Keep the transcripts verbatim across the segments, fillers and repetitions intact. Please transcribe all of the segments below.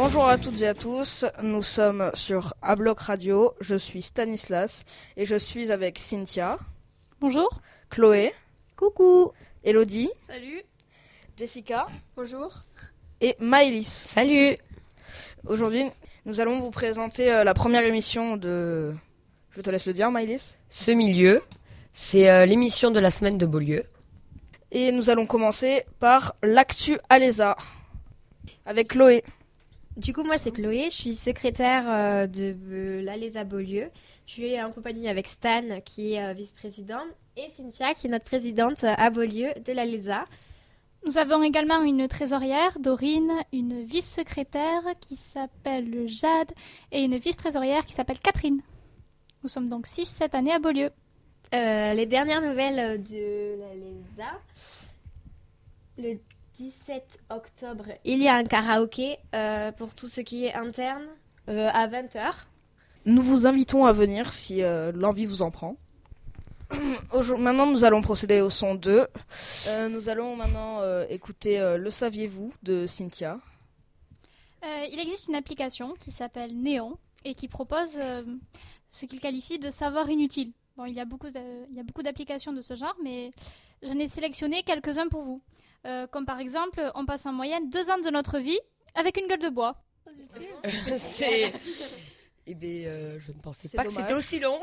Bonjour à toutes et à tous, nous sommes sur A-Bloc Radio, je suis Stanislas et je suis avec Cynthia. Bonjour. Chloé. Coucou. Elodie. Salut. Jessica. Bonjour. Et Maëlys. Salut. Aujourd'hui, nous allons vous présenter euh, la première émission de... Je te laisse le dire, Maëlys. Ce milieu, c'est euh, l'émission de la semaine de Beaulieu. Et nous allons commencer par l'actu Alésa, avec Chloé. Du coup, moi, c'est Chloé. Je suis secrétaire euh, de euh, l'Alésa Beaulieu. Je suis en compagnie avec Stan, qui est euh, vice-président, et Cynthia, qui est notre présidente euh, à Beaulieu de l'Alésa. Nous avons également une trésorière, Dorine, une vice-secrétaire qui s'appelle Jade et une vice-trésorière qui s'appelle Catherine. Nous sommes donc six cette année à Beaulieu. Euh, les dernières nouvelles de l'Alésa. Le dix-sept octobre, il y a un karaoké euh, pour tout ce qui est interne euh, à vingt heures. Nous vous invitons à venir si euh, l'envie vous en prend. Maintenant, nous allons procéder au son deux. Euh, nous allons maintenant euh, écouter euh, Le saviez-vous de Cynthia. Euh, il existe une application qui s'appelle Néon et qui propose euh, ce qu'il qualifie de savoir inutile. Bon, il y a beaucoup de, il y a beaucoup d'applications de ce genre, mais j'en ai sélectionné quelques-uns pour vous. Euh, comme par exemple, on passe en moyenne deux ans de notre vie avec une gueule de bois. c'est... Eh bien, euh, je ne pensais C'est pas dommage. que c'était aussi long.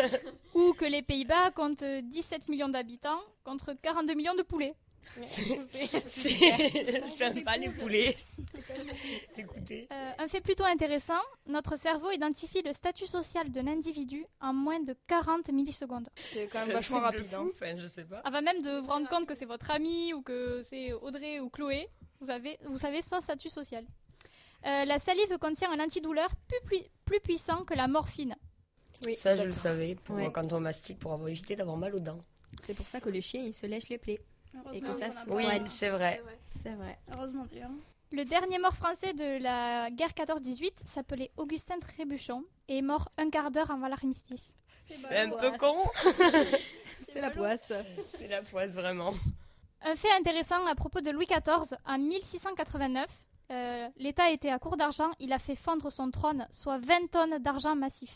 Ou que les Pays-Bas comptent dix-sept millions d'habitants contre quarante-deux millions de poulets. C'est, c'est sympa les poulets. Écoutez. Euh, un fait plutôt intéressant, notre cerveau identifie le statut social d'un individu en moins de quarante millisecondes. C'est quand même C'est un vachement truc de rapide. fou, Hein. enfin, je sais pas. Avant même de vous rendre compte que c'est votre ami ou que c'est Audrey ou Chloé, vous, avez, vous savez son statut social. Euh, la salive contient un antidouleur plus, plus, plus puissant que la morphine. Oui, Ça, je le savais, pour, Ouais. quand on mastique, pour avoir évité d'avoir mal aux dents. C'est pour ça que le chien, il se lèche les plaies. Et que ça, qu'on a c'est- pas- Oui, Ouais. c'est vrai. C'est vrai. Heureusement d'ailleurs. Le dernier mort français de la guerre quatorze dix-huit s'appelait Augustin Trébuchon et est mort un quart d'heure avant l'armistice. C'est un peu con. C'est la poisse. C'est la poisse, vraiment. Un fait intéressant à propos de Louis quatorze, en mille six cent quatre-vingt-neuf, euh, l'État était à court d'argent, il a fait fondre son trône, soit vingt tonnes d'argent massif.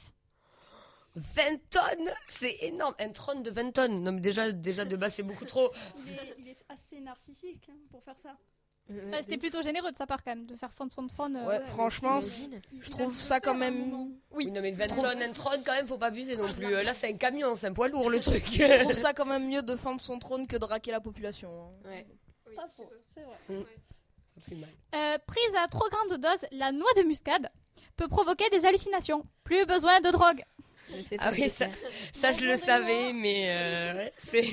vingt tonnes. C'est énorme. Un trône de vingt tonnes. Non, mais déjà, déjà de base, c'est beaucoup trop. Il est, il est assez narcissique hein, pour faire ça. Euh, C'était plutôt généreux de sa part quand même, de faire fondre son trône. euh, Ouais, franchement, t'imagines Il- je il a trouve dû ça le quand faire à un même... moment. Oui. Oui, non, mais vingt trouve- tonnes, un trône, quand même, faut pas abuser non plus. Euh, Là, c'est un camion, c'est un poids lourd, le truc. Je trouve ça quand même mieux de fendre son trône que de raquer la population. hein. Ouais. Pas faux, c'est vrai. Pas plus mal. Euh, prise à trop grande dose, la noix de muscade peut provoquer des hallucinations. Plus besoin de drogue. Je sais Ah pas ce oui, que ça, c'est. ça je le savais, mais euh, ouais, c'est...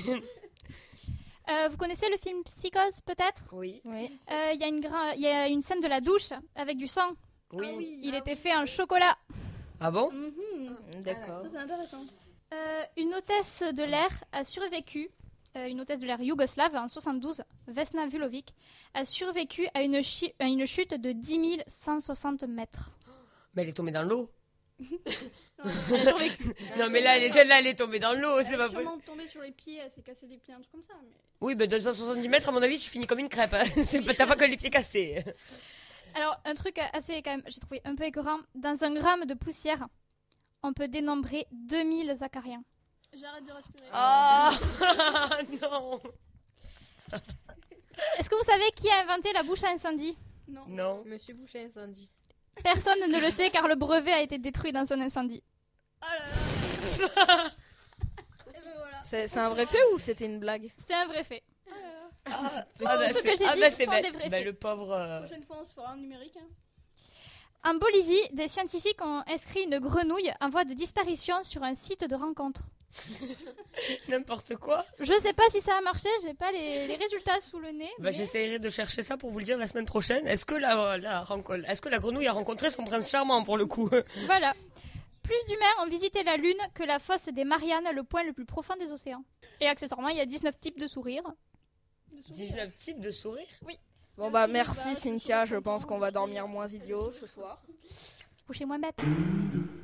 Euh, vous connaissez le film Psychose peut-être? Oui, Oui. Euh, Il y a une gra- il y a une scène de la douche avec du sang. oui. Ah oui, Il ah était oui. fait en chocolat. Ah bon? Mhm. D'accord. Ça c'est intéressant. Euh, une hôtesse de l'air a survécu, euh, une hôtesse de l'air yougoslave en soixante-douze, Vesna Vulovic, a survécu à une, chi- à une chute de dix mille cent soixante mètres. Mais elle est tombée dans l'eau. Elle a survécu. Non, mais là, elle est, là, elle est tombée dans l'eau, Elle c'est est pas possible. sûrement tombée sur les pieds, elle s'est cassé les pieds, un truc comme ça. Mais... Oui, mais deux cent soixante-dix mètres, à mon avis, tu finis comme une crêpe. hein. C'est pas- T'as pas que les pieds cassés. Alors, un truc assez, quand même, j'ai trouvé un peu écœurant. Dans un gramme de poussière, on peut dénombrer deux mille acariens. J'arrête de respirer. Oh non. Est-ce que vous savez qui a inventé la bouche à incendie? Non. Non. Monsieur Boucher incendie. Personne ne le sait car le brevet a été détruit dans un incendie. Oh là là. Et ben voilà. C'est c'est un vrai fait ou c'était une blague? C'est un vrai fait. Oh là là. Ah, Tout ah, bah, ce c'est- que j'ai ah, dit bah, c'est sont bête. des vrais Bah, faits. le pauvre... euh, La prochaine fois on se fera un numérique. Hein. En Bolivie, des scientifiques ont inscrit une grenouille en voie de disparition sur un site de rencontre. N'importe quoi. Je sais pas si ça a marché, j'ai pas les, les résultats sous le nez. Bah, mais- j'essaierai de chercher ça pour vous le dire la semaine prochaine. Est-ce que la, la, renco- est-ce que la grenouille a rencontré son prince charmant pour le coup? Voilà. Plus d'humains ont visité la Lune que la fosse des Mariannes, le point le plus profond des océans. Et accessoirement, il y a dix-neuf types de sourires. De sourire. dix-neuf types de sourires. Bon bah merci Cynthia, je pense qu'on va dormir moins idiot ce soir. Couchez moins bête.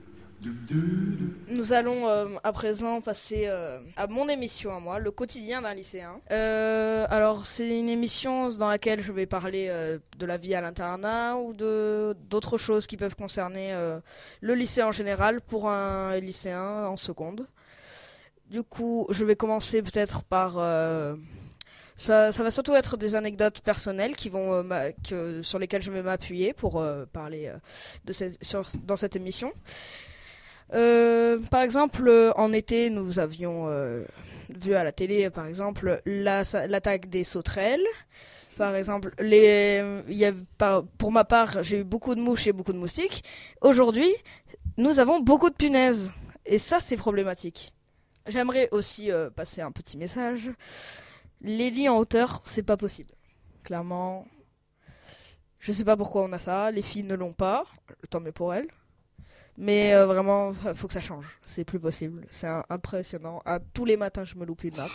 Nous allons euh, à présent passer euh, à mon émission à moi, le quotidien d'un lycéen. Euh, alors c'est une émission dans laquelle je vais parler euh, de la vie à l'internat ou de d'autres choses qui peuvent concerner euh, le lycée en général pour un lycéen en seconde. Du coup, je vais commencer peut-être par euh, ça, ça va surtout être des anecdotes personnelles qui vont euh, ma, que, sur lesquelles je vais m'appuyer pour euh, parler euh, de ces, sur, dans cette émission. Euh, par exemple, euh, en été, nous avions euh, vu à la télé, par exemple, la, l'attaque des sauterelles. Par exemple, les, il y a, par, pour ma part, j'ai eu beaucoup de mouches et beaucoup de moustiques. Aujourd'hui, nous avons beaucoup de punaises. Et ça, c'est problématique. J'aimerais aussi euh, passer un petit message. Les lits en hauteur, c'est pas possible. Clairement, je sais pas pourquoi on a ça. Les filles ne l'ont pas. Tant mieux pour elles. Mais euh, vraiment, faut que ça change. C'est plus possible. C'est un, impressionnant. À tous les matins, je me loupe une nappe.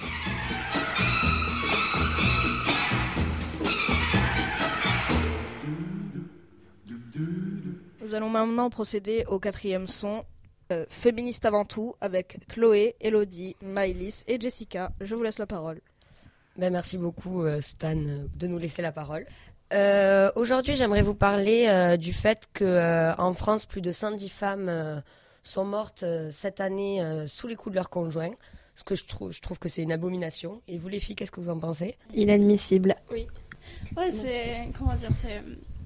Nous allons maintenant procéder au quatrième son, euh, féministe avant tout, avec Chloé, Elodie, Maëlys et Jessica. Je vous laisse la parole. Ben, merci beaucoup euh, Stan euh, de nous laisser la parole. Euh, aujourd'hui, j'aimerais vous parler euh, du fait que euh, en France, plus de cent dix femmes euh, sont mortes euh, cette année euh, sous les coups de leur conjoint. Ce que je trouve, je trouve que c'est une abomination. Et vous, les filles, qu'est-ce que vous en pensez ? Inadmissible. Oui. Ouais, c'est comment dire, c'est,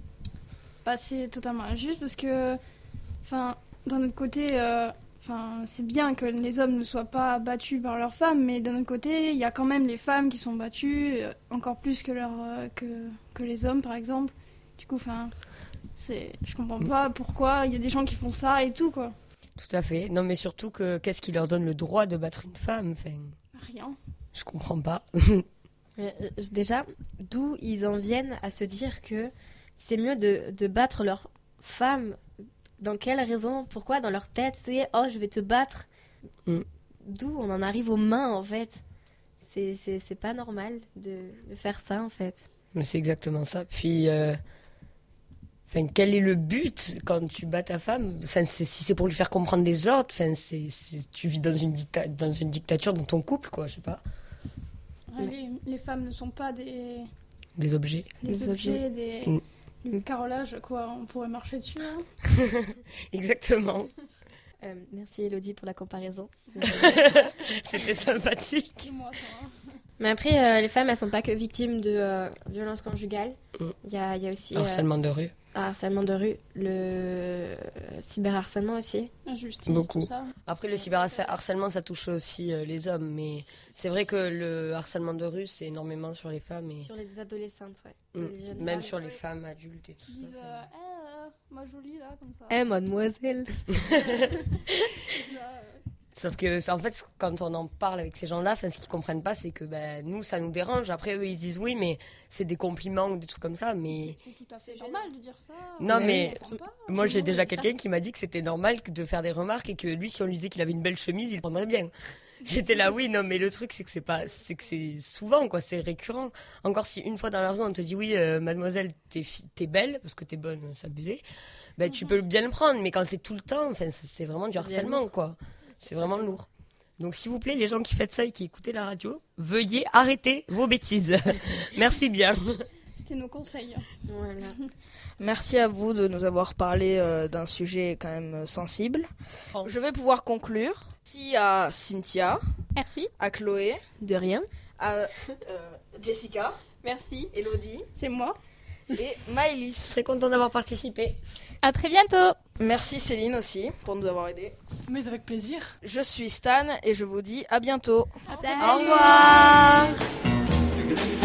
bah, c'est totalement injuste parce que, enfin, d'un autre côté, euh, enfin, c'est bien que les hommes ne soient pas battus par leurs femmes, mais d'un autre côté, il y a quand même les femmes qui sont battues euh, encore plus que leur euh, que que les hommes, par exemple. Du coup, enfin, c'est, je comprends pas pourquoi il y a des gens qui font ça et tout, quoi. Tout à fait. Non, mais surtout que qu'est-ce qui leur donne le droit de battre une femme ? Enfin, Rien. je comprends pas. Mais, euh, déjà, d'où ils en viennent à se dire que c'est mieux de, de battre leur femme. Dans quelle raison ? Pourquoi dans leur tête c'est « Oh, je vais te battre Mm. ». D'où on en arrive aux mains, en fait. C'est, c'est, c'est pas normal de, de faire ça, en fait. Mais c'est exactement ça. Puis, euh, enfin, quel est le but quand tu bats ta femme ? Enfin, c'est, si c'est pour lui faire comprendre des ordres, enfin, c'est, c'est, tu vis dans une, dicta- dans une dictature dans ton couple, quoi, je sais pas. Ouais, les, les femmes ne sont pas des Des objets. des, Des objets, des Mm. du carrelage, quoi. On pourrait marcher dessus. Hein. Exactement. Euh, merci Elodie pour la comparaison. C'était sympathique. Dis-moi, toi. Mais après, euh, les femmes, elles sont pas que victimes de euh, violences conjugales. Mm. Il y a, il y a aussi euh, Harcèlement de rue. harcèlement de rue, le euh, cyberharcèlement aussi. Injustice, Beaucoup. tout ça. Après, le cyberharcèlement, ça touche aussi euh, les hommes, mais c'est vrai que le harcèlement de rue, c'est énormément sur les femmes et Sur les adolescentes, ouais. Mm. Les jeunes même femmes. sur les ouais. femmes adultes et tout Ils disent, ça. euh, eh, euh, ma jolie, là, comme ça. Eh, mademoiselle. Ça, euh, Sauf que, c'est- en fait, quand on en parle avec ces gens-là, enfin, ce qu'ils comprennent pas, c'est que ben, nous, ça nous dérange. Après, eux, ils disent oui, mais c'est des compliments ou des trucs comme ça. Mais c'est tout à fait C'est normal de dire ça. Non, On mais comprend pas. moi, j'ai monde déjà dit ça. quelqu'un qui m'a dit que c'était normal que de faire des remarques et que lui, si on lui disait qu'il avait une belle chemise, il le prendrait bien. J'étais là, oui, non, mais le truc, c'est que c'est pas, c'est que c'est souvent, quoi, c'est récurrent. Encore si une fois dans la rue, on te dit oui, euh, mademoiselle, t'es, fi- t'es belle, parce que t'es bonne, c'est abusé, ben, tu peux bien le prendre, mais quand c'est tout le temps, enfin, c'est, c'est vraiment du Ça devient harcèlement, lourd. quoi. C'est vraiment lourd. Donc, s'il vous plaît, les gens qui faites ça et qui écoutez la radio, veuillez arrêter vos bêtises. Merci bien. C'était nos conseils. Voilà. Merci à vous de nous avoir parlé euh, d'un sujet quand même euh, sensible. Je vais pouvoir conclure. Merci à Cynthia, Merci. à Chloé, De rien. à euh, Jessica, Merci. Elodie C'est moi. et Maëlys. Très content d'avoir participé. À très bientôt. Merci Céline aussi pour nous avoir aidés. Mais avec plaisir. Je suis Stan et je vous dis à bientôt. Au revoir.